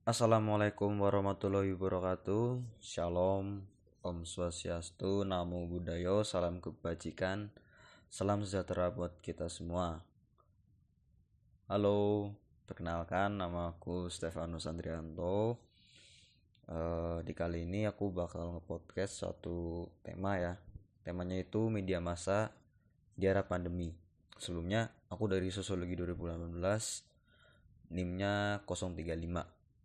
Assalamualaikum warahmatullahi wabarakatuh. Shalom, Om Swastiastu, Namo Buddhaya, salam kebajikan, salam sejahtera buat kita semua. Halo, perkenalkan nama aku Stefanus Andrianto. Di kali ini aku bakal nge-podcast suatu tema ya. Temanya itu media massa di era pandemi. Sebelumnya aku dari Sosiologi 2018, NIM-nya 035.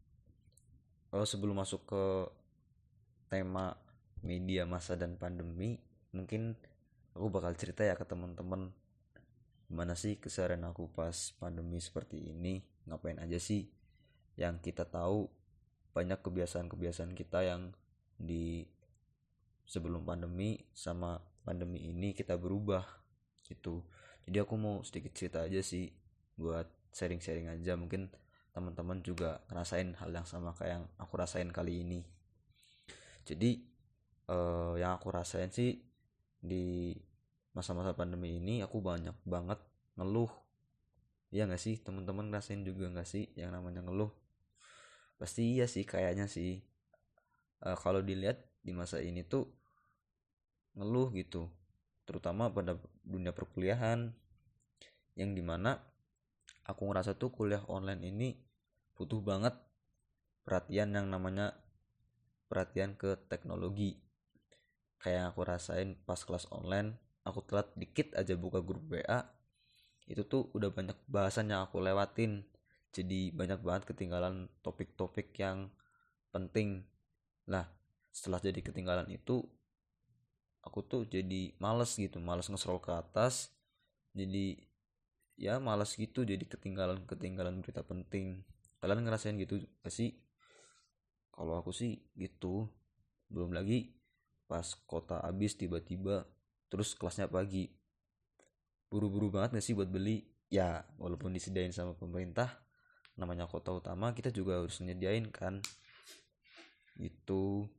Sebelum masuk ke tema media massa dan pandemi, mungkin aku bakal cerita ya ke teman-teman gimana sih keseharian aku pas pandemi seperti ini, ngapain aja sih. Yang kita tahu banyak kebiasaan-kebiasaan kita yang di sebelum pandemi sama pandemi ini kita berubah gitu. Jadi aku mau sedikit cerita aja sih buat sharing-sharing aja, mungkin teman-teman juga ngerasain hal yang sama kayak yang aku rasain kali ini. Jadi yang aku rasain sih di masa-masa pandemi ini aku banyak banget ngeluh. Ya nggak sih, teman-teman ngerasain juga nggak sih yang namanya ngeluh? Pasti iya sih kayaknya sih. Kalau dilihat di masa ini tuh ngeluh gitu, terutama pada dunia perkuliahan, yang dimana aku ngerasa tuh kuliah online ini butuh banget perhatian yang namanya perhatian ke teknologi. Kayak yang aku rasain pas kelas online, aku telat dikit aja buka grup WA, itu tuh udah banyak bahasan yang aku lewatin. Jadi banyak banget ketinggalan topik-topik yang penting. Nah, setelah jadi ketinggalan itu, aku tuh jadi males gitu, males nge-scroll ke atas. Jadi ya males gitu, jadi ketinggalan berita penting. Kalian ngerasain gitu gak sih? Kalau aku sih gitu. Belum lagi pas kota habis tiba-tiba, terus kelasnya pagi, buru-buru banget gak sih buat beli? Ya walaupun disediain sama pemerintah, namanya kota utama, kita juga harus nyediain kan. Itu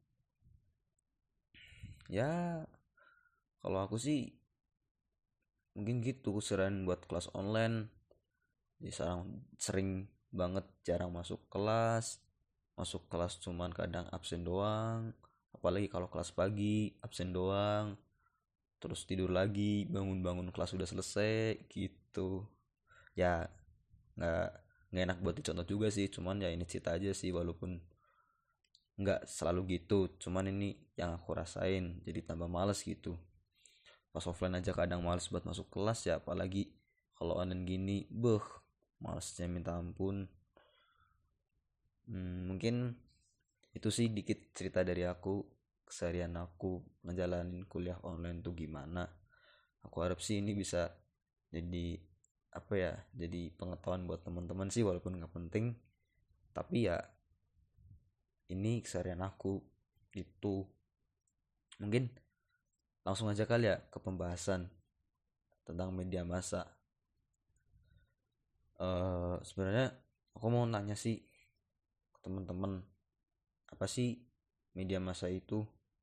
ya, kalau aku sih mungkin gitu sering buat kelas online. Jadi sering banget jarang masuk kelas cuman kadang absen doang, apalagi kalau kelas pagi absen doang, terus tidur lagi, bangun-bangun kelas udah selesai gitu. Ya nggak nggak enak buat dicontoh juga sih, cuman ya ini cerita aja sih, walaupun nggak selalu gitu, cuman ini yang aku rasain, jadi tambah males gitu. Pas offline aja kadang males buat masuk kelas, ya apalagi kalau online gini, malesnya minta ampun. Mungkin itu sih dikit cerita dari aku, keseharian aku ngejalanin kuliah online tuh gimana. Aku harap sih ini bisa jadi apa ya, jadi pengetahuan buat teman-teman sih, walaupun nggak penting, tapi ya ini keseharian aku itu. Mungkin langsung aja kali ya ke pembahasan tentang media massa. Sebenarnya aku mau nanya sih ke teman-teman, apa sih media massa itu?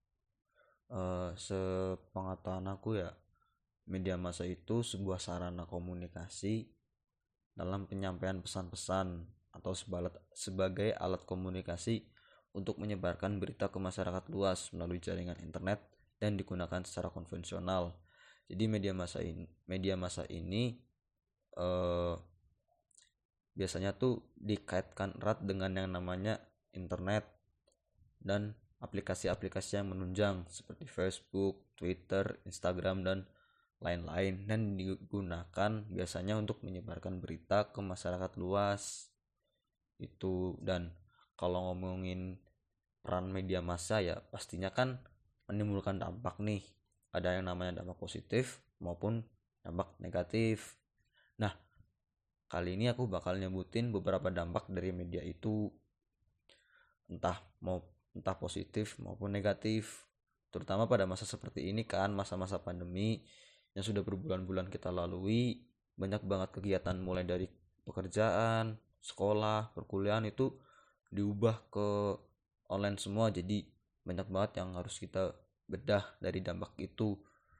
Sepengetahuan aku ya, media massa itu sebuah sarana komunikasi dalam penyampaian pesan-pesan atau sebagai alat komunikasi untuk menyebarkan berita ke masyarakat luas melalui jaringan internet dan digunakan secara konvensional. Jadi media massa ini eh, biasanya tuh dikaitkan erat dengan yang namanya internet dan aplikasi-aplikasi yang menunjang seperti Facebook, Twitter, Instagram, dan lain-lain, dan digunakan biasanya untuk menyebarkan berita ke masyarakat luas itu. Dan kalau ngomongin peran media massa, ya pastinya kan menimbulkan dampak nih, ada yang namanya dampak positif maupun dampak negatif. Nah, kali ini aku bakal nyebutin beberapa dampak dari media itu, entah mau entah positif maupun negatif, terutama pada masa seperti ini kan, masa-masa pandemi yang sudah berbulan-bulan kita lalui. Banyak banget kegiatan mulai dari pekerjaan, sekolah, perkuliahan itu diubah ke online semua. Jadi banyak banget yang harus kita bedah dari dampak itu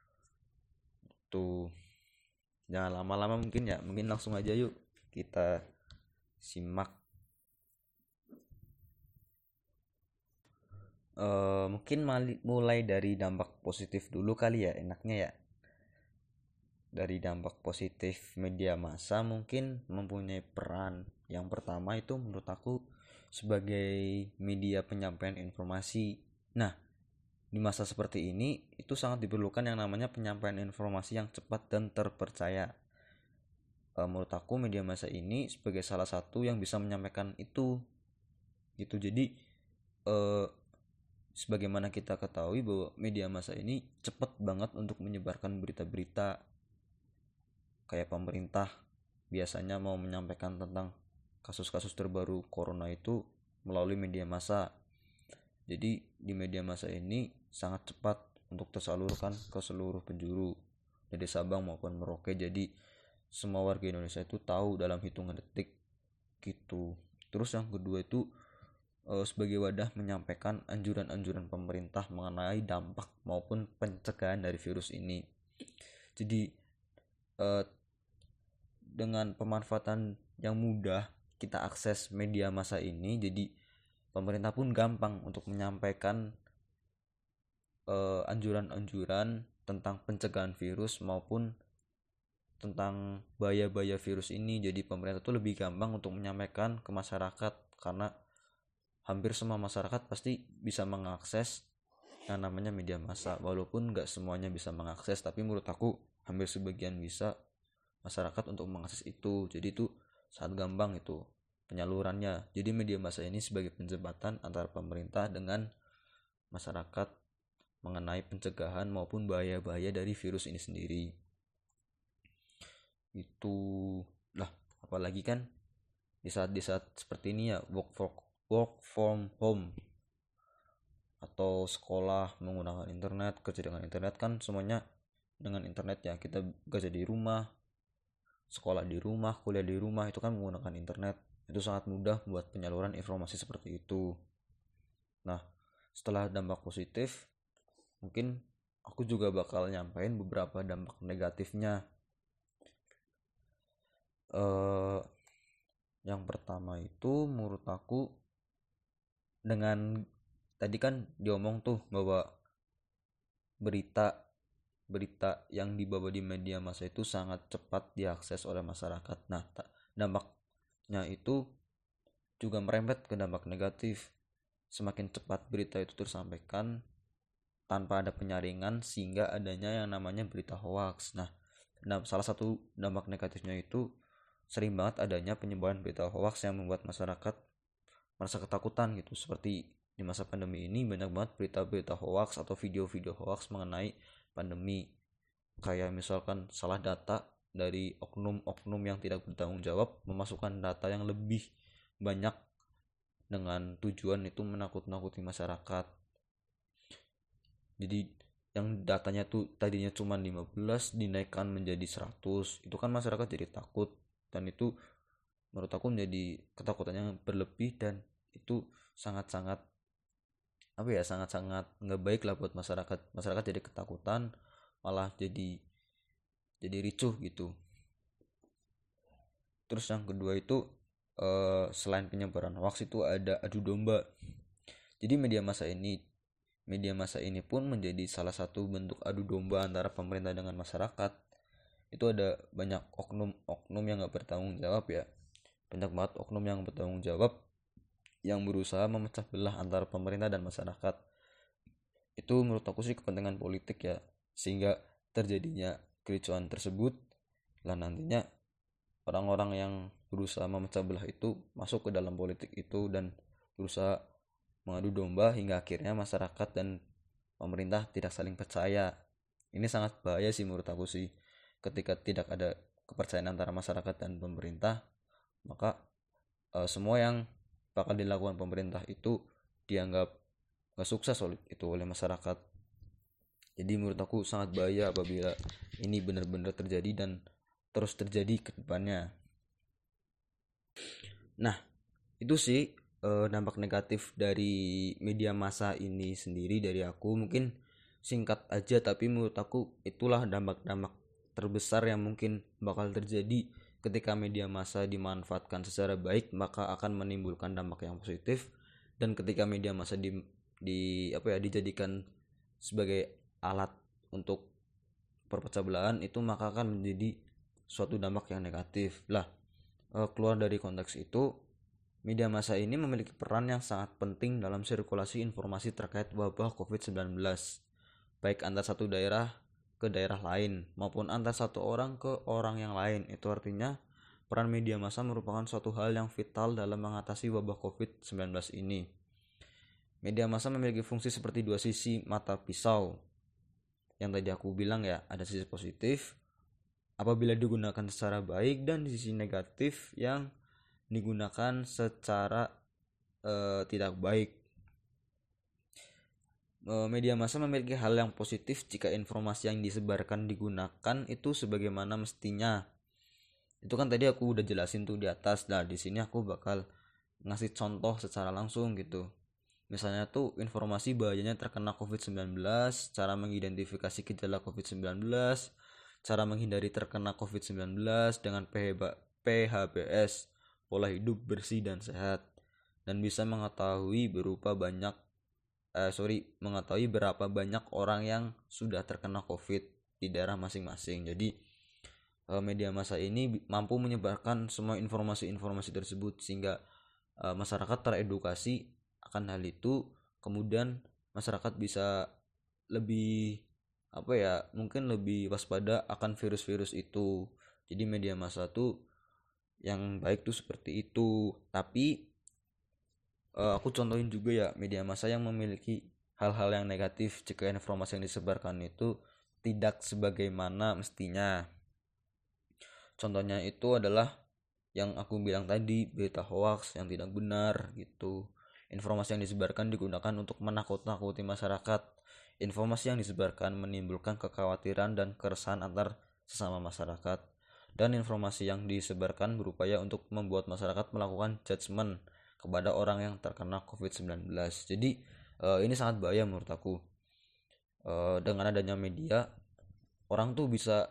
tuh. Jangan lama-lama, mungkin langsung aja yuk kita simak. Mungkin mulai dari dampak positif dulu kali ya, enaknya ya. Dari dampak positif media massa mungkin mempunyai peran. Yang pertama itu menurut aku sebagai media penyampaian informasi. Nah, di masa seperti ini itu sangat diperlukan yang namanya penyampaian informasi yang cepat dan terpercaya. Menurut aku media massa ini sebagai salah satu yang bisa menyampaikan itu gitu. Jadi sebagaimana kita ketahui bahwa media massa ini cepat banget untuk menyebarkan berita-berita. Kayak pemerintah biasanya mau menyampaikan tentang kasus-kasus terbaru corona itu melalui media massa. Jadi di media massa ini sangat cepat untuk tersalurkan ke seluruh penjuru dari Sabang maupun Merauke. Jadi semua warga Indonesia itu tahu dalam hitungan detik gitu. Terus yang kedua itu sebagai wadah menyampaikan anjuran-anjuran pemerintah mengenai dampak maupun pencegahan dari virus ini. Jadi dengan pemanfaatan yang mudah kita akses media massa ini, jadi pemerintah pun gampang untuk menyampaikan anjuran-anjuran tentang pencegahan virus maupun tentang bahaya-bahaya virus ini. Jadi pemerintah tuh lebih gampang untuk menyampaikan ke masyarakat karena hampir semua masyarakat pasti bisa mengakses yang namanya media massa. Walaupun nggak semuanya bisa mengakses, tapi menurut aku hampir sebagian bisa masyarakat untuk mengakses itu. Jadi itu sangat gampang itu penyalurannya. Jadi media massa ini sebagai penjembatan antara pemerintah dengan masyarakat mengenai pencegahan maupun bahaya-bahaya dari virus ini sendiri. Itu lah, apalagi kan di saat seperti ini ya, work from home atau sekolah menggunakan internet, kerja dengan internet, kan semuanya dengan internet ya. Kita kerja di rumah, sekolah di rumah, kuliah di rumah, itu kan menggunakan internet. Itu sangat mudah buat penyaluran informasi seperti itu. Nah, setelah dampak positif, mungkin aku juga bakal nyampein beberapa dampak negatifnya. Yang pertama itu menurut aku, dengan tadi kan diomong tuh bahwa berita yang dibawa di media massa itu sangat cepat diakses oleh masyarakat. Nah, dampaknya itu juga merembet ke dampak negatif. Semakin cepat berita itu tersampaikan tanpa ada penyaringan, sehingga adanya yang namanya berita hoax. Nah, salah satu dampak negatifnya itu sering banget adanya penyebaran berita hoax yang membuat masyarakat merasa ketakutan gitu. Seperti di masa pandemi ini banyak banget berita-berita hoax atau video-video hoax mengenai pandemi. Kayak misalkan salah data dari oknum-oknum yang tidak bertanggung jawab memasukkan data yang lebih banyak dengan tujuan itu menakut-nakuti masyarakat. Jadi yang datanya tuh tadinya cuma 15 dinaikkan menjadi 100. Itu kan masyarakat jadi takut, dan itu menurut aku menjadi ketakutan yang berlebih, dan itu sangat-sangat sangat-sangat nggak baik lah buat masyarakat jadi ketakutan, malah jadi ricuh gitu. Terus yang kedua itu selain penyebaran hoax itu ada adu domba. Jadi media massa ini pun menjadi salah satu bentuk adu domba antara pemerintah dengan masyarakat. Itu ada banyak oknum yang nggak bertanggung jawab ya, banyak banget oknum yang bertanggung jawab yang berusaha memecah belah antara pemerintah dan masyarakat. Itu menurut aku sih kepentingan politik ya, sehingga terjadinya kericuan tersebut. Lah nantinya orang-orang yang berusaha memecah belah itu masuk ke dalam politik itu dan berusaha mengadu domba hingga akhirnya masyarakat dan pemerintah tidak saling percaya. Ini sangat bahaya sih menurut aku sih. Ketika tidak ada kepercayaan antara masyarakat dan pemerintah, maka semua yang bakal dilakukan pemerintah itu dianggap gak sukses oleh masyarakat. Jadi menurut aku sangat bahaya apabila ini benar-benar terjadi dan terus terjadi ke depannya. Nah, itu sih dampak negatif dari media massa ini sendiri dari aku. Mungkin singkat aja, tapi menurut aku itulah dampak-dampak terbesar yang mungkin bakal terjadi ketika media massa dimanfaatkan secara baik, maka akan menimbulkan dampak yang positif. Dan ketika media massa dijadikan sebagai alat untuk perpecah belahan itu, maka akan menjadi suatu dampak yang negatif lah. Keluar dari konteks itu, media massa ini memiliki peran yang sangat penting dalam sirkulasi informasi terkait wabah COVID-19, baik antar satu daerah ke daerah lain maupun antar satu orang ke orang yang lain. Itu artinya peran media massa merupakan suatu hal yang vital dalam mengatasi wabah COVID-19 ini. Media massa memiliki fungsi seperti dua sisi mata pisau. Yang tadi aku bilang ya, ada sisi positif apabila digunakan secara baik dan sisi negatif yang digunakan secara tidak baik. Media massa memiliki hal yang positif jika informasi yang disebarkan digunakan itu sebagaimana mestinya. Itu kan tadi aku udah jelasin tuh di atas. Nah, di sini aku bakal ngasih contoh secara langsung gitu. Misalnya tuh informasi bahayanya terkena COVID-19, cara mengidentifikasi gejala COVID-19, cara menghindari terkena COVID-19 dengan PHBS, pola hidup bersih dan sehat, dan bisa mengetahui berapa banyak orang yang sudah terkena COVID di daerah masing-masing. Jadi media massa ini mampu menyebarkan semua informasi-informasi tersebut sehingga masyarakat teredukasi akan hal itu. Kemudian masyarakat bisa lebih mungkin lebih waspada akan virus-virus itu. Jadi media massa tuh yang baik tuh seperti itu. Tapi aku contohin juga ya media massa yang memiliki hal-hal yang negatif jika informasi yang disebarkan itu tidak sebagaimana mestinya. Contohnya itu adalah yang aku bilang tadi, berita hoax yang tidak benar gitu. Informasi yang disebarkan digunakan untuk menakut-nakuti masyarakat. Informasi yang disebarkan menimbulkan kekhawatiran dan keresahan antar sesama masyarakat. Dan informasi yang disebarkan berupaya untuk membuat masyarakat melakukan judgement kepada orang yang terkena COVID-19. Jadi ini sangat bahaya menurut aku. Dengan adanya media, orang tuh bisa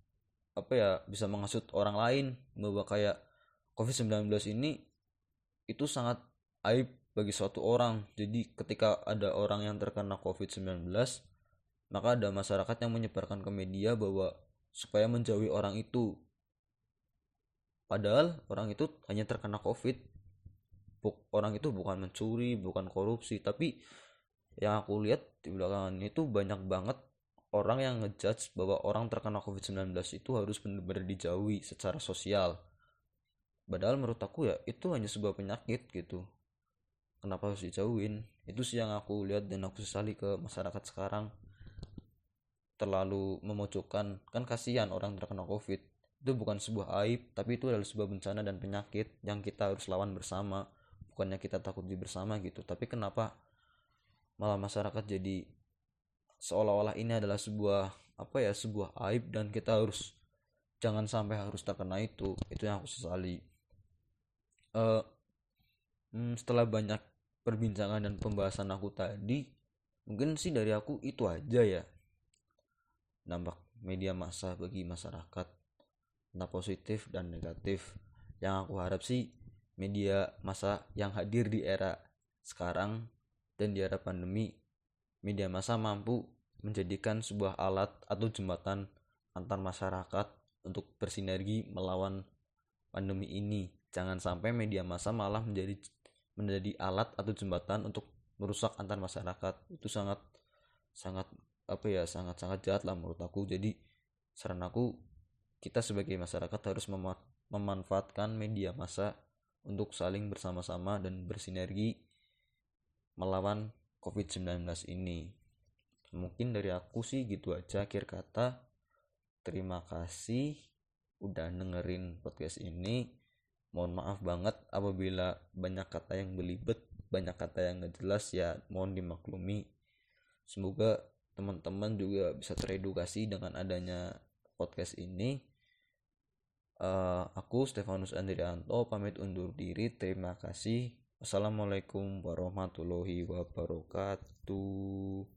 menghasut orang lain bahwa kayak COVID-19 ini itu sangat aib bagi suatu orang. Jadi ketika ada orang yang terkena COVID-19, maka ada masyarakat yang menyebarkan ke media bahwa supaya menjauhi orang itu. Padahal orang itu hanya terkena COVID. Orang itu bukan mencuri, bukan korupsi, tapi yang aku lihat di belakangan itu banyak banget orang yang ngejudge bahwa orang terkena COVID-19 itu harus benar-benar dijauhi secara sosial. Padahal menurut aku ya itu hanya sebuah penyakit gitu. Kenapa harus dijauhin? Itu sih yang aku lihat dan aku sesali ke masyarakat sekarang. Terlalu memojokkan, kan kasihan orang terkena COVID. Itu bukan sebuah aib, tapi itu adalah sebuah bencana dan penyakit yang kita harus lawan bersama. Bukannya kita takut bersama gitu, tapi kenapa malah masyarakat jadi seolah-olah ini adalah sebuah aib dan kita harus jangan sampai harus terkena itu yang aku sesali. Setelah banyak perbincangan dan pembahasan aku tadi, mungkin sih dari aku itu aja ya dampak media massa bagi masyarakat, entah positif dan negatif. Yang aku harap sih media massa yang hadir di era sekarang dan di era pandemi, media massa mampu menjadikan sebuah alat atau jembatan antar masyarakat untuk bersinergi melawan pandemi ini. Jangan sampai media massa malah menjadi alat atau jembatan untuk merusak antar masyarakat. Itu sangat jahat lah menurut aku. Jadi saran aku, kita sebagai masyarakat harus memanfaatkan media massa untuk saling bersama-sama dan bersinergi melawan COVID-19 ini. Mungkin dari aku sih gitu aja akhir kata. Terima kasih udah dengerin podcast ini. Mohon maaf banget apabila banyak kata yang belibet, banyak kata yang gak jelas, ya mohon dimaklumi. Semoga teman-teman juga bisa teredukasi dengan adanya podcast ini. Aku Stefanus Andrianto pamit undur diri. Terima kasih. Wassalamualaikum warahmatullahi wabarakatuh.